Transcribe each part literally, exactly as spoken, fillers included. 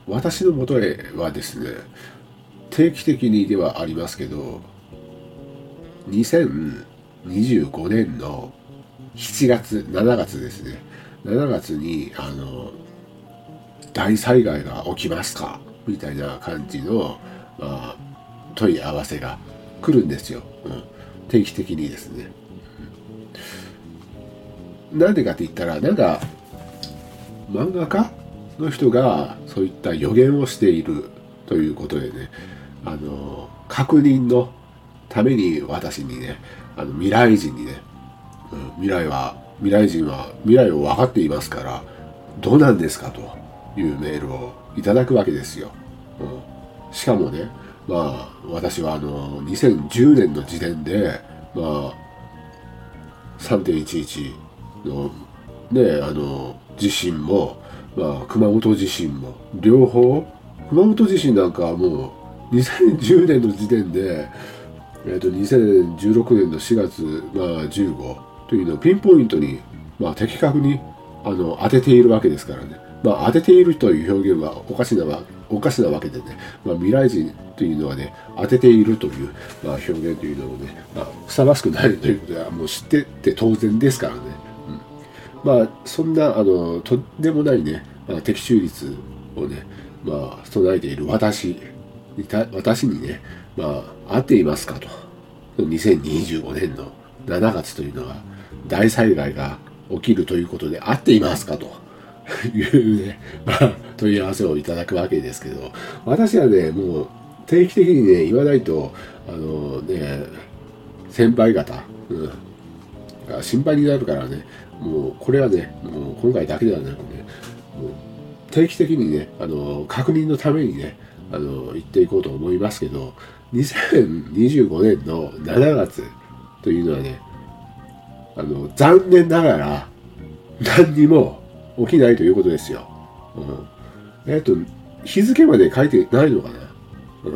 私のもとへはですね、定期的にではありますけど、にせんにじゅうごねんのしちがつ、しちがつですね。しちがつに、あの、大災害が起きますかみたいな感じの、まあ、問い合わせが来るんですよ。うん、定期的にですね。なんでかって言ったら、なんか、漫画家の人がそういった予言をしているということでね、あの、確認のために私にね、あの未来人にね、うん、未来は、未来人は未来を分かっていますから、どうなんですかというメールをいただくわけですよ。うん、しかもね、まあ、私はあの、にせんじゅうねんの時点で、まあ、さんてんいちいちの、ね、あの、地震も、まあ、熊本地震も、両方、熊本地震なんかはもう、にせんじゅうねんの時点で、えっと、にせんじゅうろくねんのしがつ、まあ、じゅうごというのをピンポイントに、まあ、的確にあの当てているわけですからね。まあ、当てているという表現はおかしなわおかしなわけでね、まあ、未来人というのはね、当てているという、まあ、表現というのをね、まあ、ふさわしくないということはもう知ってて当然ですからね。うん、まあ、そんなあのとんでもないね、まあ、的中率をね、まあ、備えている私にた私にね、まあ、合っていますかと。にせんにじゅうごねんのしちがつというのは大災害が起きるということで合っていますかというね、まあ、問い合わせをいただくわけですけど、私はね、もう定期的にね、言わないと、あのね、先輩方、うん、が心配になるからね、もうこれはね、もう今回だけではなくね、もう定期的にね、あの、確認のためにね、あの、言っていこうと思いますけど、にせんにじゅうごねんのしちがつというのはね、あの、残念ながら何にも起きないということですよ。うん、えっと、日付まで書いてないのかな。うん、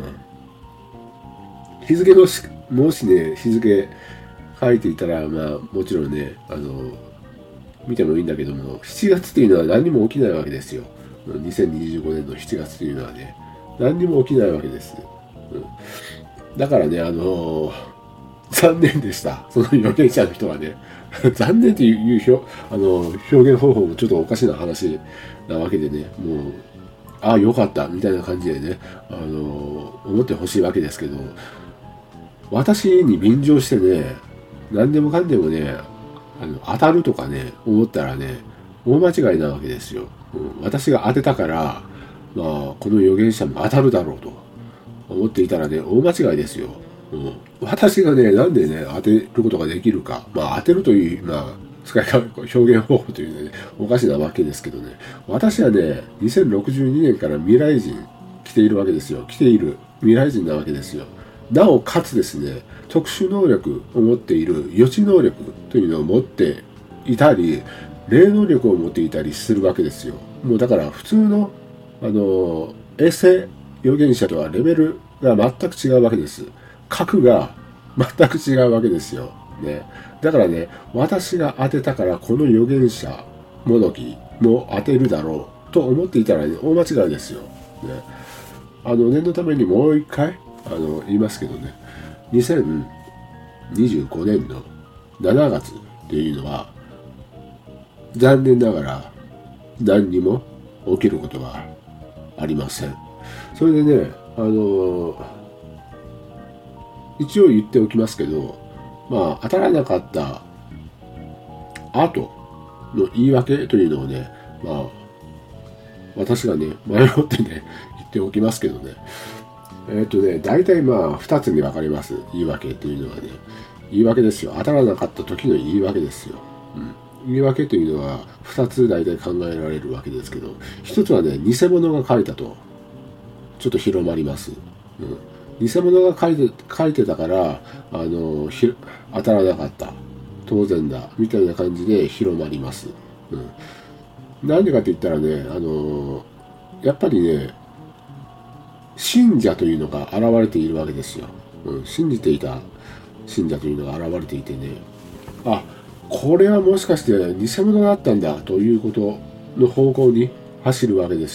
日付のし、もしね、日付書いていたら、まあ、もちろんね、あの、見てもいいんだけども、しちがつというのは何にも起きないわけですよ。にせんにじゅうごねんのしちがつというのはね、何にも起きないわけです。うん、だからね、あのー、残念でした。その預言者の人はね。残念という表、あの表現方法もちょっとおかしな話なわけでね、もう、ああ、よかった、みたいな感じでね、あのー、思ってほしいわけですけど、私に便乗してね、何でもかんでもね、あの当たるとかね、思ったらね、大間違いなわけですよ。うん、私が当てたから、まあ、この預言者も当たるだろうと思っていたらね、大間違いですよ。うん、私がね、なんでね、当てることができるか。まあ、当てるという、まあ、使い方、表現方法というね、おかしなわけですけどね。私はね、にせんろくじゅうにねんから未来人来ているわけですよ。来ている未来人なわけですよ。なおかつですね、特殊能力を持っている予知能力というのを持っていたり、霊能力を持っていたりするわけですよ。もうだから普通の、あの、衛星預言者とはレベルが全く違うわけです。格が全く違うわけですよ。ね。だからね、私が当てたからこの預言者もどきも当てるだろうと思っていたらね、大間違いですよ。ね。あの、念のためにもう一回、あの、言いますけどね、にせんにじゅうごねんのしちがつというのは、残念ながら何にも起きることはありません。それでね、あの一応言っておきますけど、まあ、当たらなかった後の言い訳というのをね、まあ、私がね、前もってね、言っておきますけどね、えっとね、大体まあ、二つに分かれます。言い訳というのはね、言い訳ですよ。当たらなかった時の言い訳ですよ。うん、言い訳というのは二つ大体考えられるわけですけど、一つはね、偽物が書いたと、ちょっと広まります。うん偽物が書いて書いてたからあのひ当たらなかった当然だみたいな感じで広まります。うん、なんでかって言ったらねあのやっぱりね信者というのが現れているわけですよ。うん、信じていた信者というのが現れていてね、あこれはもしかして偽物だったんだということの方向に走るわけですよ。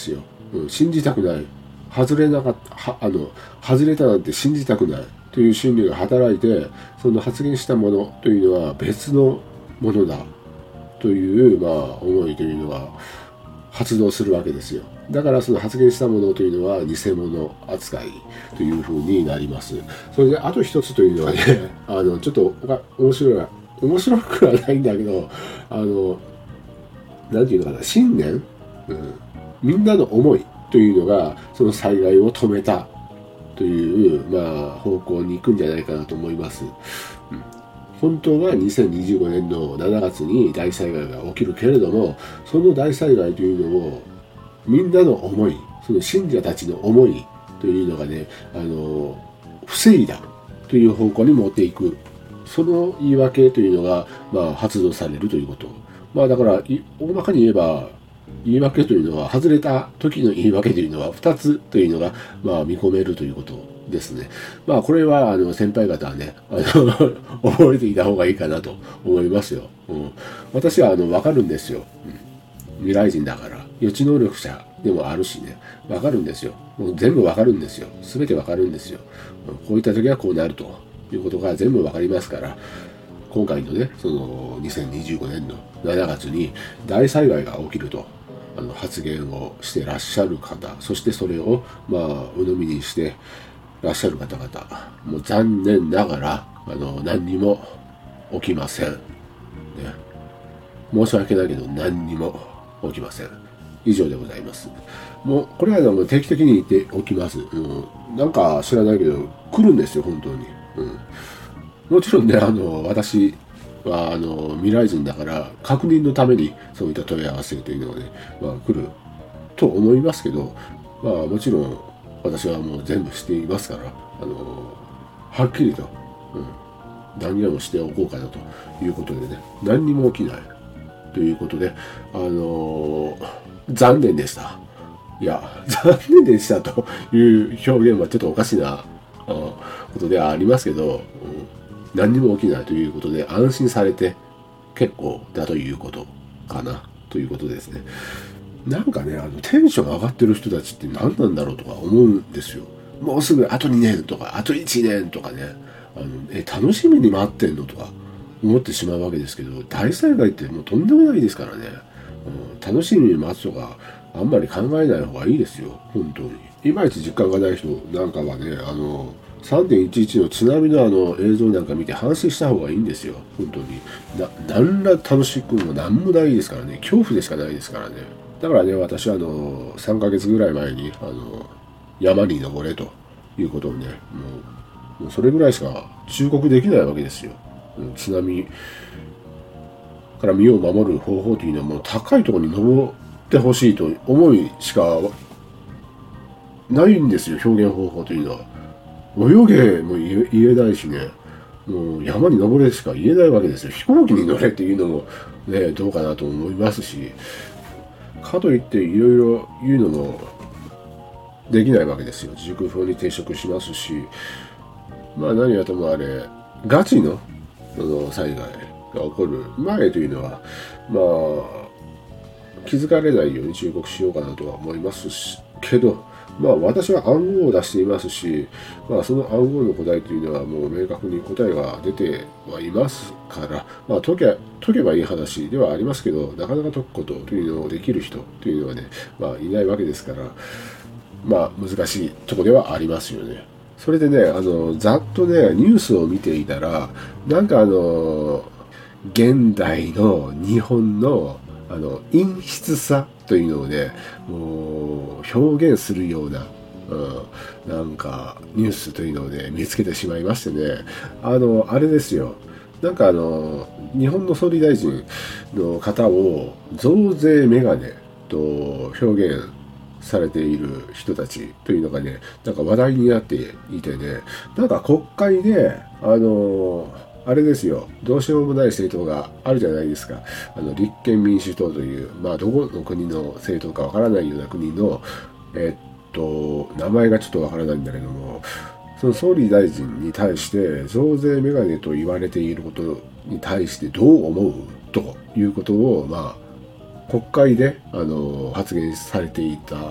うん、信じたくない、外れなかったはあの外れたなんて信じたくないという心理が働いて、その発言したものというのは別のものだという、まあ、思いというのは発動するわけですよ。だからその発言したものというのは偽物扱いというふうになります。それであと一つというのはね、あのちょっと面白い面白くはないんだけど、あのなんていうのかな、信念、うん、みんなの思いというのがその災害を止めたという、まあ、方向に行くんじゃないかなと思います。うん、本当はにせんにじゅうごねんのしちがつに大災害が起きるけれども、その大災害というのをみんなの思い、その信者たちの思いというのがね、あの防いだという方向に持っていく、その言い訳というのが、まあ、発動されるということ。まあだから大まかに言えば、言い訳というのは、外れた時の言い訳というのはふたつというのが、まあ、見込めるということですね。まあこれはあの先輩方はね、あの覚えていた方がいいかなと思いますよ。うん、私はあの分かるんですよ。うん、未来人だから予知能力者でもあるしね、分かるんですよ。もう全部分かるんですよ。全て分かるんですよ。こういった時はこうなるということが全部分かりますから、今回のね、そのにせんにじゅうごねんのしちがつに大災害が起きるとあの発言をしてらっしゃる方、そしてそれをまあ鵜呑みにしてらっしゃる方々、もう残念ながらあの何にも起きません、ね、申し訳ないけど何にも起きません。以上でございます。もうこれはもう定期的に言っておきます。うん、なんか知らないけど来るんですよ本当に。うん、もちろんね、あの私はあの未来人だから確認のためにそういった問い合わせというのがね、まあ、来ると思いますけど、まあもちろん私はもう全部していますから、あのはっきりと、うん、断言をしておこうかなということでね、何にも起きないということで、あの残念でした。いや残念でしたという表現はちょっとおかしなことではありますけど、うん、何にも起きないということで安心されて結構だということかなということですね。なんかね、あのテンション上がってる人たちって何なんだろうとか思うんですよ。もうすぐあとにねんとかあといちねんとかね、あのえ楽しみに待ってんのとか思ってしまうわけですけど、大災害ってもうとんでもないですからね、うん、楽しみに待つとかあんまり考えない方がいいですよ本当に。いまいち実感がない人なんかはね、あの さんてんいちいち の津波のあの映像なんか見て反省した方がいいんですよ本当に。な何ら楽しくも何もないですからね、恐怖でしかないですからね。だからね、私はあのさんかげつぐらい前にあの山に登れということをね、もう、もうそれぐらいしか忠告できないわけですよ。津波から身を守る方法というのはもう高いところに登ってほしいと思いしかないんですよ、表現方法というのは。泳げも言えないしね、もう山に登れしか言えないわけですよ。飛行機に乗れっていうのもね、どうかなと思いますし、かといっていろいろ言うのもできないわけですよ。塾法に抵触しますし、まあ何はともあれガチのその災害が起こる前というのはまあ気づかれないように忠告しようかなとは思いますしけど、まあ私は暗号を出していますし、まあその暗号の答えというのはもう明確に答えが出てはいますから、まあ解け、解けばいい話ではありますけど、なかなか解くことというのをできる人というのはね、まあいないわけですから、まあ難しいところではありますよね。それでね、あの、ざっとね、ニュースを見ていたら、なんかあの、現代の日本のあの陰湿さというのをね、もう表現するような、うん、なんかニュースというのをね見つけてしまいましてね、あのあれですよ、なんかあの日本の総理大臣の方を増税メガネと表現されている人たちというのがね、なんか話題になっていてね、なんか国会であのあれですよ、どうしようもない政党があるじゃないですか。あの立憲民主党という、まあどこの国の政党かわからないような国の、えっと名前がちょっとわからないんだけども、その総理大臣に対して増税メガネと言われていることに対してどう思うということを、まあ国会であの発言されていた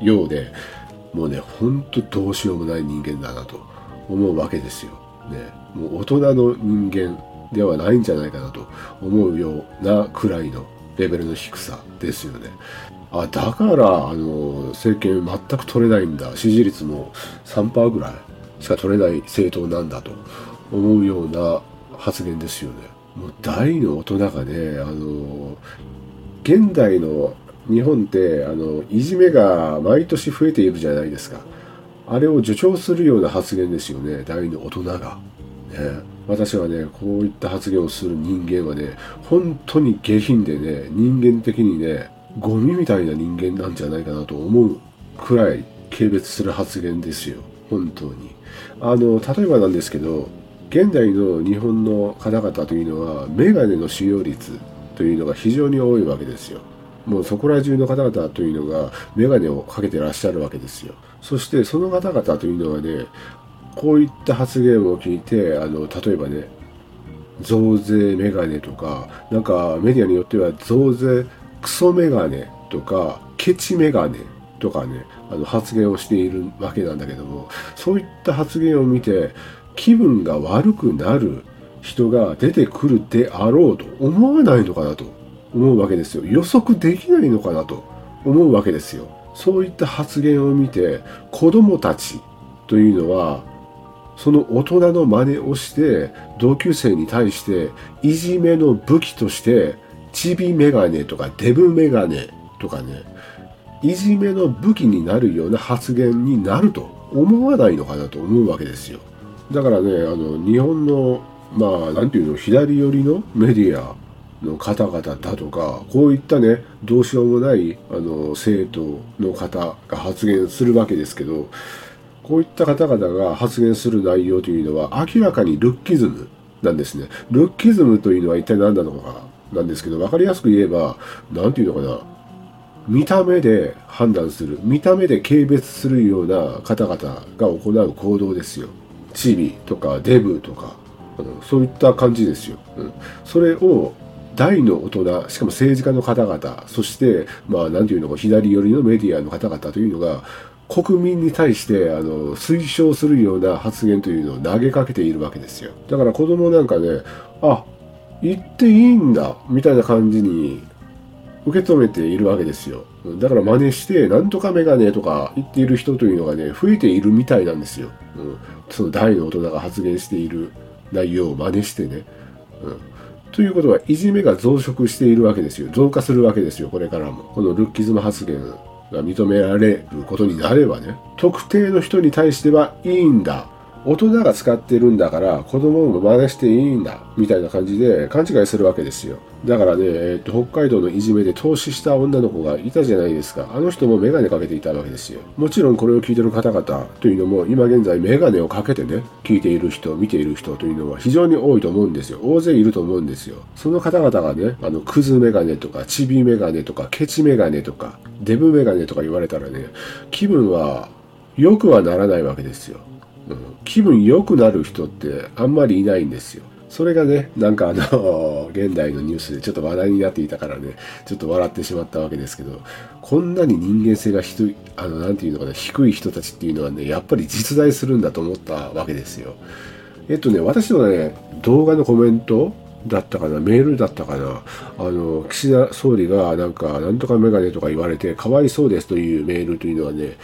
ようで、もうね、ほんとどうしようもない人間だなと思うわけですよ。ね、もう大人の人間ではないんじゃないかなと思うようなくらいのレベルの低さですよね。あ、だからあの政権全く取れないんだ、支持率も さんパーセント ぐらいしか取れない政党なんだと思うような発言ですよね。もう大の大人がね、あの現代の日本ってあのいじめが毎年増えているじゃないですか。あれを助長するような発言ですよね、大の大人が。ね、私はね、こういった発言をする人間はね、本当に下品でね、人間的にね、ゴミみたいな人間なんじゃないかなと思うくらい軽蔑する発言ですよ、本当に。あの、例えばなんですけど、現代の日本の方々というのは、メガネの使用率というのが非常に多いわけですよ。もうそこら中の方々というのがメガネをかけてらっしゃるわけですよ。そしてその方々というのはね、こういった発言を聞いて、あの例えばね、増税メガネとか、なんかメディアによっては増税クソメガネとかケチメガネとかね、あの発言をしているわけなんだけども、そういった発言を見て気分が悪くなる人が出てくるであろうと思わないのかなと思うわけですよ。予測できないのかなと思うわけですよ。そういった発言を見て、子供たちというのはその大人の真似をして同級生に対していじめの武器としてチビメガネとかデブメガネとかね、いじめの武器になるような発言になると思わないのかなと思うわけですよ。だからね、あの日本のまあなんていうの、左寄りのメディアの方々だとか、こういったね、どうしようもないあの生徒の方が発言するわけですけど、こういった方々が発言する内容というのは明らかにルッキズムなんですね。ルッキズムというのは一体何なのかなんですけど、分かりやすく言えば、なんていうのかな、見た目で判断する、見た目で軽蔑するような方々が行う行動ですよ。チビとかデブとか、あのそういった感じですよ。うん、それを大の大人、しかも政治家の方々、そしてまあなんていうのか、左寄りのメディアの方々というのが国民に対してあの推奨するような発言というのを投げかけているわけですよ。だから子供なんかね、あ、言っていいんだみたいな感じに受け止めているわけですよ。だから真似してなんとかメガネとか言っている人というのがね、増えているみたいなんですよ。うん、その大の大人が発言している内容を真似してね。うん、ということは、いじめが増殖しているわけですよ。増加するわけですよ、これからも。このルッキズム発言が認められることになればね、特定の人に対してはいいんだ、大人が使ってるんだから子供も真似していいんだみたいな感じで勘違いするわけですよ。だからね、えっと、北海道のいじめで凍死した女の子がいたじゃないですか。あの人もメガネかけていたわけですよ。もちろんこれを聞いてる方々というのも、今現在メガネをかけてね、聞いている人、見ている人というのは非常に多いと思うんですよ。大勢いると思うんですよ。その方々がね、あのクズメガネとかチビメガネとかケチメガネとかデブメガネとか言われたらね、気分は良くはならないわけですよ。うん、気分良くなる人ってあんまりいないんですよ。それがね、なんかあの現代のニュースでちょっと話題になっていたからね、ちょっと笑ってしまったわけですけど、こんなに人間性が低い、あのなんていうのかな、低い人たちっていうのはね、やっぱり実在するんだと思ったわけですよ。えっとね、私のね、動画のコメントだったかな、メールだったかな、あの岸田総理がなんかなんとかメガネとか言われてかわいそうですというメールというのはね、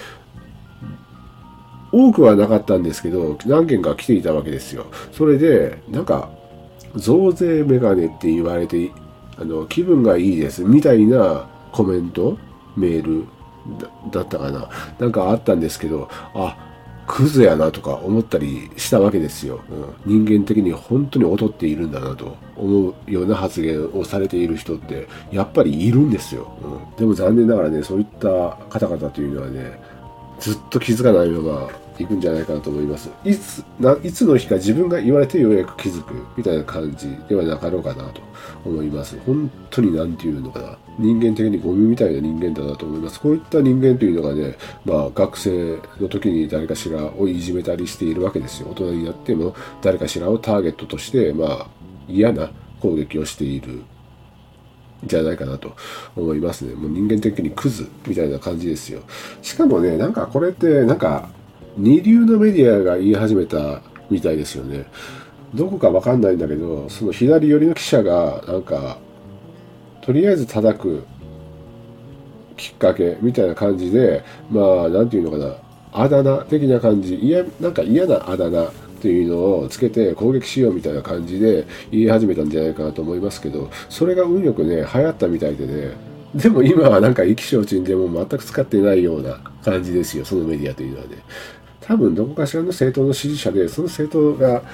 多くはなかったんですけど、何件か来ていたわけですよ。それでなんか増税メガネって言われて、あの気分がいいですみたいなコメントメール だ, だったかな、なんかあったんですけど、あ、クズやなとか思ったりしたわけですよ。うん、人間的に本当に劣っているんだなと思うような発言をされている人ってやっぱりいるんですよ。うん、でも残念ながらね、そういった方々というのはね、ずっと気づかないままいくんじゃないかなと思います。いつないつの日か自分が言われてようやく気づくみたいな感じではなかろうかなと思います。本当になんていうのかな、人間的にゴミみたいな人間だなと思います。こういった人間というのがね、まあ学生の時に誰かしらをいじめたりしているわけですよ。大人になっても誰かしらをターゲットとして、まあ嫌な攻撃をしているじゃないかなと思いますね。もう人間的にクズみたいな感じですよ。しかもね、なんかこれってなんか二流のメディアが言い始めたみたいですよね。どこかわかんないんだけど、その左寄りの記者がなんかとりあえず叩くきっかけみたいな感じで、まあなんていうのかな、あだ名的な感じ、いやなんか嫌なあだ名っていうのをつけて攻撃しようみたいな感じで言い始めたんじゃないかなと思いますけど、それが運よくね流行ったみたいでね。でも今はなんか意気消沈でも全く使ってないような感じですよ、そのメディアというのはね。多分どこかしらの政党の支持者で、その政党が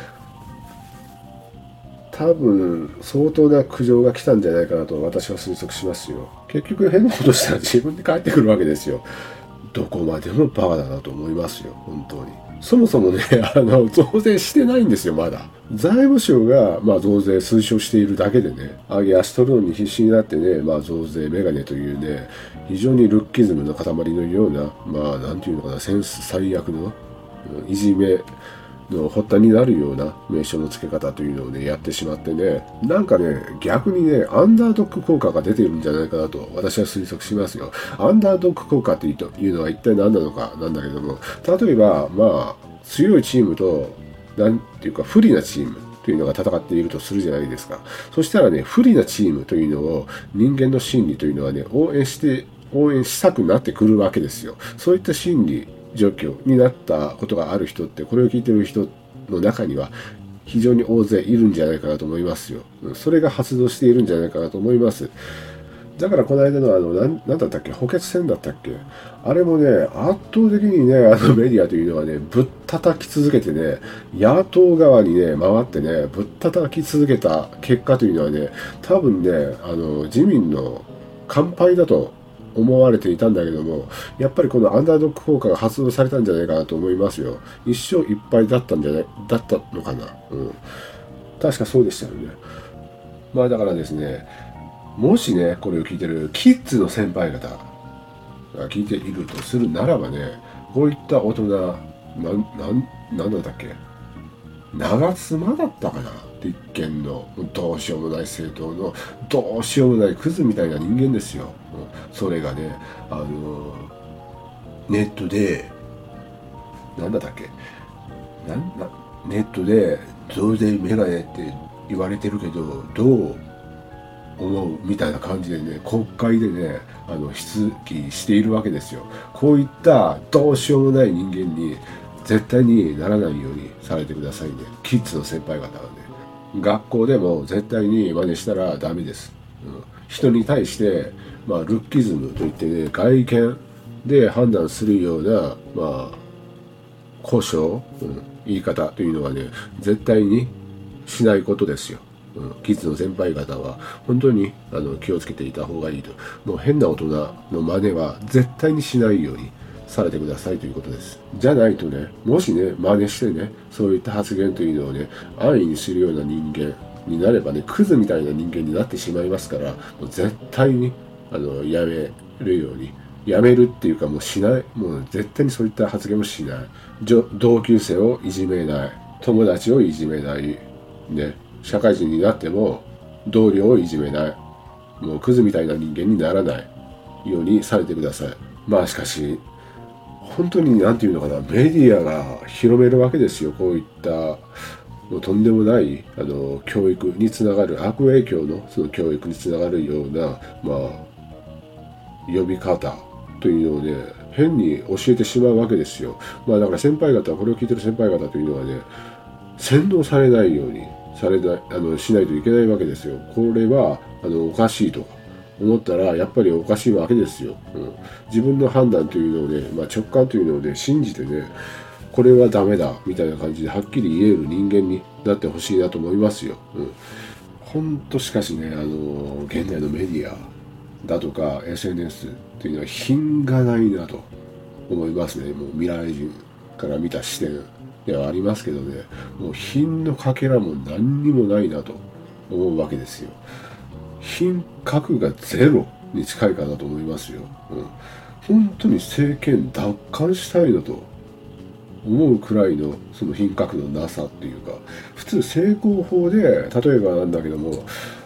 多分相当な苦情が来たんじゃないかなと私は推測しますよ。結局変なことしたら自分で帰ってくるわけですよ。どこまでもバカだなと思いますよ、本当に。そもそもね、あの、増税してないんですよ、まだ。財務省が、まあ、増税推奨しているだけでね、上げ足取るのに必死になってね、まあ、増税メガネというね、非常にルッキズムの塊のような、まあ、なんていうのかな、センス最悪の、いじめの発端になるような名称の付け方というのをね、やってしまってね、なんかね、逆にね、アンダードッグ効果が出ているんじゃないかなと私は推測しますよ。アンダードッグ効果というのは一体何なのかなんだけども、例えば、まあ、強いチームと、なんていうか不利なチームというのが戦っているとするじゃないですか。そしたらね、不利なチームというのを人間の心理というのはね、応援して、応援したくなってくるわけですよ。そういった心理状況になったことがある人って、これを聞いてる人の中には非常に大勢いるんじゃないかなと思いますよ。それが発動しているんじゃないかなと思います。だからこの間のあの、なん、なんだったっけ、補欠戦だったっけ、あれもね、圧倒的にね、あのメディアというのはね、ぶったたき続けてね、野党側にね、回ってね、ぶったたき続けた結果というのはね、多分ね、あの、自民の完敗だと思われていたんだけども、やっぱりこのアンダードッグ効果が発動されたんじゃないかなと思いますよ。一勝一敗だったんじゃない、だったのかな。うん。確かそうでしたよね。まあだからですね、もしね、これを聞いてるキッズの先輩方が聞いているとするならばね、こういった大人、なん、なん、なんだったっけ、長妻だったかな、立憲のどうしようもない政党のどうしようもないクズみたいな人間ですよ。それがね、あのネットで、なんだったっけ、なんなネットで増税メガネって言われてるけど、どう思うみたいな感じでね、国会でね、あの質疑しているわけですよ。こういったどうしようもない人間に絶対にならないようにされてくださいね。キッズの先輩方はね、学校でも絶対に真似したらダメです。うん、人に対して、まあ、ルッキズムといってね、外見で判断するような、まあ、交渉、うん、言い方というのはね、絶対にしないことですよ。うん、キッズの先輩方は本当にあの気をつけていた方がいいと。もう変な大人の真似は絶対にしないようにされてくださいということです。じゃないとね、もしね、真似してね、そういった発言というのをね、安易にするような人間になればね、クズみたいな人間になってしまいますから、もう絶対にあのやめるように、やめるっていうかもうしない、もう絶対にそういった発言もしない。同級生をいじめない、友達をいじめない、ね、社会人になっても同僚をいじめない、もうクズみたいな人間にならないようにされてください。まあしかし本当に何て言うのかな、メディアが広めるわけですよ。こういったもうとんでもないあの教育につながる、悪影響のその教育につながるような、まあ呼び方というのをね、変に教えてしまうわけですよ。まあだから先輩方、これを聞いてる先輩方というのはね、洗脳されないようにされない、あのしないといけないわけですよ。これはあのおかしいと思ったらやっぱりおかしいわけですよ。うん、自分の判断というのをね、まあ、直感というのをね信じてね、これはダメだみたいな感じではっきり言える人間になってほしいなと思いますよ。うん、ほんとしかしね、あの現代のメディアだとか エスエヌエス というのは品がないなと思いますね。もう未来人から見た視点ではありますけどね、もう品のかけらも何にもないなと思うわけですよ。品格がゼロに近いかなと思いますよ。うん、本当に政権奪還したいのと思うくらいのその品格のなさっていうか、普通成功法で、例えばなんだけども、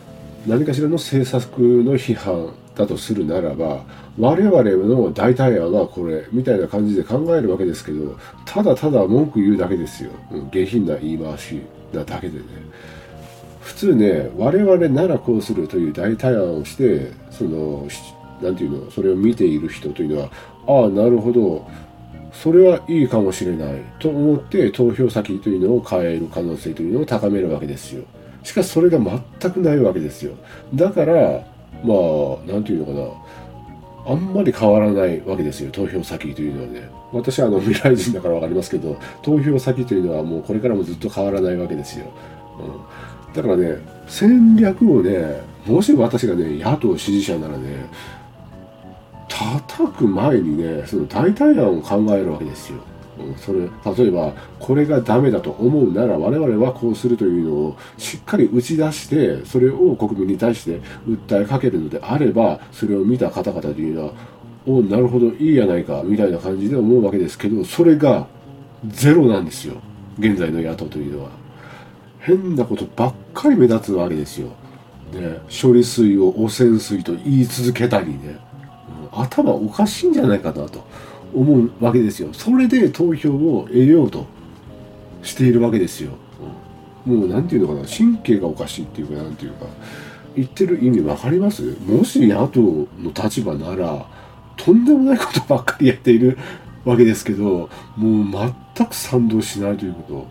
何かしらの政策の批判だとするならば、我々の代替案はこれみたいな感じで考えるわけですけど、ただただ文句言うだけですよ。うん、下品な言い回しなだけでね。普通ね、我々ならこうするという代替案をして、そのなんていうの、それを見ている人というのは、ああなるほど、それはいいかもしれないと思って投票先というのを変える可能性というのを高めるわけですよ。しかしそれが全くないわけですよ。だからまあなんていうのかな、あんまり変わらないわけですよ、投票先というのはね。私はあの未来人だから分かりますけど、投票先というのはもうこれからもずっと変わらないわけですよ。うん、だからね、戦略をね、もし私がね野党支持者ならね、叩く前にね、その代替案を考えるわけですよ。それ例えばこれがダメだと思うなら我々はこうするというのをしっかり打ち出して、それを国民に対して訴えかけるのであれば、それを見た方々というのは、おなるほどいいやないかみたいな感じで思うわけですけど、それがゼロなんですよ、現在の野党というのは。変なことばっかり目立つわけですよ。ね、処理水を汚染水と言い続けたりね、頭おかしいんじゃないかなと思うわけですよ。それで投票を得ようとしているわけですよ。もうなんていうのかな、神経がおかしいっていうか、なんていうか、言ってる意味わかります？もし野党の立場ならとんでもないことばっかりやっているわけですけど、もう全く賛同しないということ、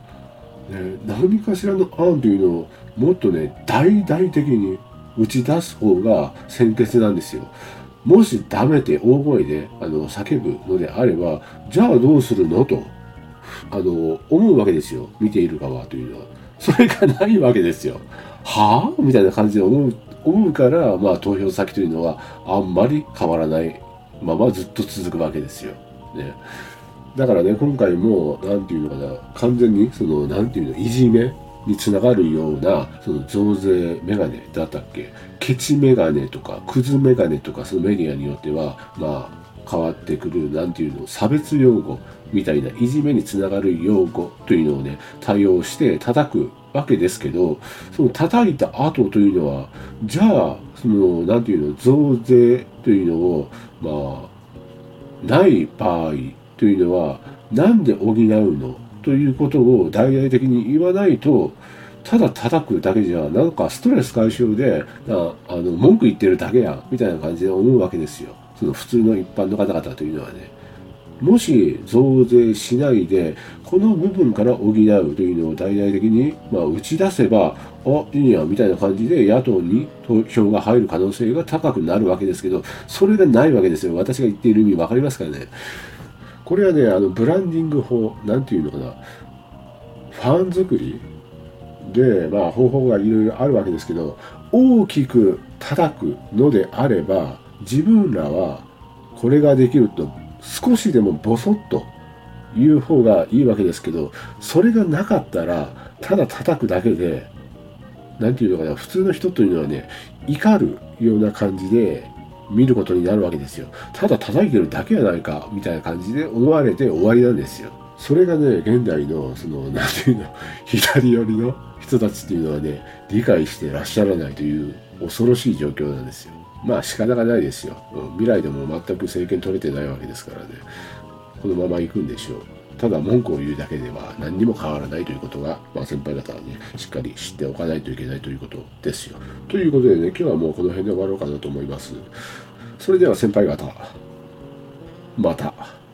ね、何かしらの案というのをもっとね大々的に打ち出す方が先決なんですよ。もしダメって大声であの叫ぶのであれば、じゃあどうするのとあの思うわけですよ、見ている側というのは。それがないわけですよ。はあみたいな感じで思う思うから、まあ、投票先というのはあんまり変わらないままずっと続くわけですよ。ね、だからね、今回もなんていうのかな、完全にそのなんていうの、いじめにつながるようなその増税メガネだったっけ、ケチメガネとかクズメガネとか、そのメディアによってはまあ変わってくるなんていうの、差別用語みたいないじめにつながる用語というのをね対応して叩くわけですけど、その叩いた後というのは、じゃあそのなんていうの、増税というのをまあない場合というのはなんで補うのということを大々的に言わないと、ただ叩くだけじゃなんかストレス解消でああの文句言ってるだけやみたいな感じで思うわけですよ、その普通の一般の方々というのはね。もし増税しないでこの部分から補うというのを大々的に、まあ、打ち出せば、あ、いいやみたいな感じで野党に投票が入る可能性が高くなるわけですけど、それがないわけですよ。私が言っている意味分かりますかね。これはね、あのブランディング法なんていうのかな、ファン作りで、まあ、方法がいろいろあるわけですけど、大きく叩くのであれば自分らはこれができると少しでもボソッと言う方がいいわけですけど、それがなかったらただ叩くだけで、なんていうのかな、普通の人というのはね怒るような感じで見ることになるわけですよ。ただ叩いてるだけやないかみたいな感じで思われて終わりなんですよ。それがね現代のそのなんていうの、左寄りの人たちっていうのはね理解してらっしゃらないという恐ろしい状況なんですよ。まあ仕方がないですよ。未来でも全く政権取れてないわけですからね、このまま行くんでしょう。ただ文句を言うだけでは何にも変わらないということが、まあ、先輩方はねしっかり知っておかないといけないということですよ。ということでね、今日はもうこの辺で終わろうかなと思います。それでは先輩方、また。